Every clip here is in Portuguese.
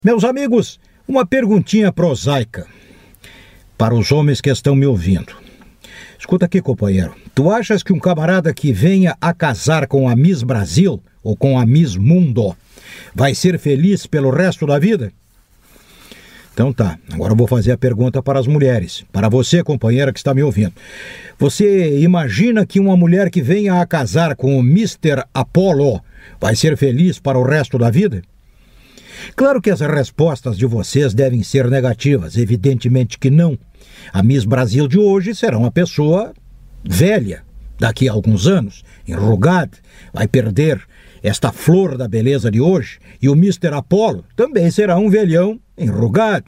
Meus amigos, uma perguntinha prosaica para os homens que estão me ouvindo. Escuta aqui, companheiro. Tu achas que um camarada que venha a casar com a Miss Brasil ou com a Miss Mundo vai ser feliz pelo resto da vida? Então tá, agora eu vou fazer a pergunta para as mulheres. Para você, companheira que está me ouvindo. Você imagina que uma mulher que venha a casar com o Mr. Apollo vai ser feliz para o resto da vida? Claro que as respostas de vocês devem ser negativas, evidentemente que não. A Miss Brasil de hoje será uma pessoa velha, daqui a alguns anos, enrugada, vai perder esta flor da beleza de hoje, e o Mr. Apollo também será um velhão enrugado,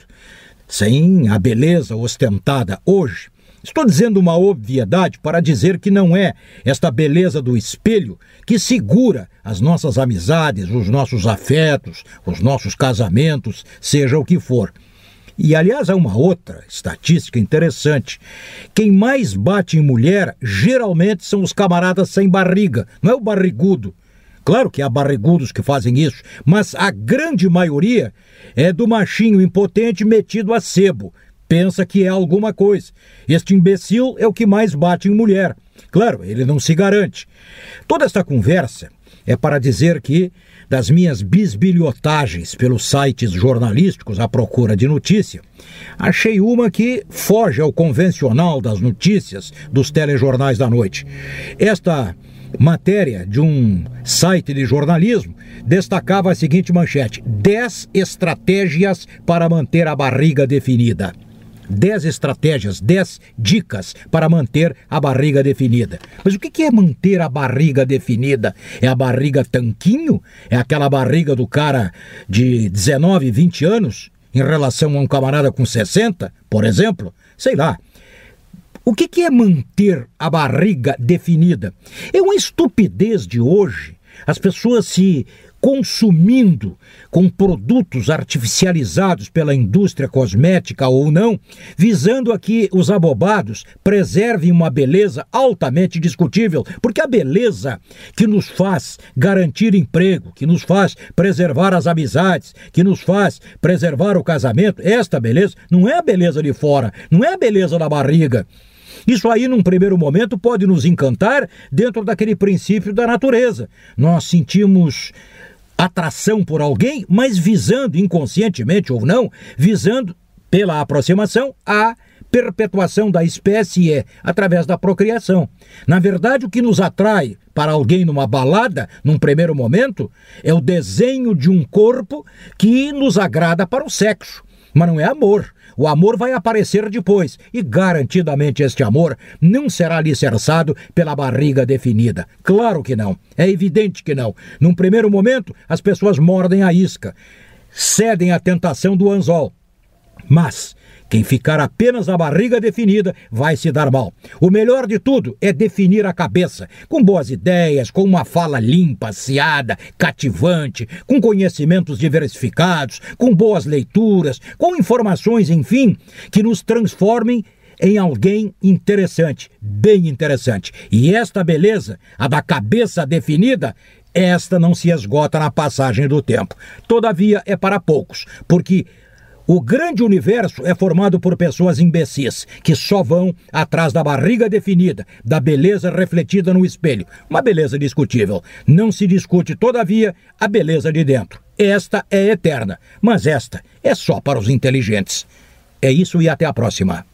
sem a beleza ostentada hoje. Estou dizendo uma obviedade para dizer que não é esta beleza do espelho que segura as nossas amizades, os nossos afetos, os nossos casamentos, seja o que for. E, aliás, há uma outra estatística interessante. Quem mais bate em mulher, geralmente, são os camaradas sem barriga, não é o barrigudo. Claro que há barrigudos que fazem isso, mas a grande maioria é do machinho impotente metido a sebo. Pensa que é alguma coisa. Este imbecil é o que mais bate em mulher. Claro, ele não se garante. Toda esta conversa é para dizer que, das minhas bisbilhotagens pelos sites jornalísticos à procura de notícia, achei uma que foge ao convencional das notícias dos telejornais da noite. Esta matéria de um site de jornalismo destacava a seguinte manchete: 10 estratégias para manter a barriga definida. 10 estratégias, 10 dicas para manter a barriga definida. Mas o que é manter a barriga definida? É a barriga tanquinho? É aquela barriga do cara de 19, 20 anos em relação a um camarada com 60, por exemplo? Sei lá. O que é manter a barriga definida? É uma estupidez de hoje. As pessoas se consumindo com produtos artificializados pela indústria cosmética ou não, visando a que os abobados preservem uma beleza altamente discutível, porque a beleza que nos faz garantir emprego, que nos faz preservar as amizades, que nos faz preservar o casamento, esta beleza não é a beleza de fora, não é a beleza da barriga. Isso aí, num primeiro momento, pode nos encantar dentro daquele princípio da natureza. Nós sentimos atração por alguém, mas visando, inconscientemente ou não, visando, pela aproximação, a perpetuação da espécie através da procriação. Na verdade, o que nos atrai para alguém numa balada, num primeiro momento, é o desenho de um corpo que nos agrada para o sexo. Mas não é amor. O amor vai aparecer depois e garantidamente este amor não será alicerçado pela barriga definida. Claro que não. É evidente que não. Num primeiro momento, as pessoas mordem a isca, cedem à tentação do anzol. Mas quem ficar apenas na barriga definida vai se dar mal. O melhor de tudo é definir a cabeça, com boas ideias, com uma fala limpa, aciada, cativante, com conhecimentos diversificados, com boas leituras, com informações, enfim, que nos transformem em alguém interessante, bem interessante. E esta beleza, a da cabeça definida, esta não se esgota na passagem do tempo. Todavia é para poucos, porque o grande universo é formado por pessoas imbecis, que só vão atrás da barriga definida, da beleza refletida no espelho. Uma beleza discutível. Não se discute, todavia, a beleza de dentro. Esta é eterna, mas esta é só para os inteligentes. É isso e até a próxima.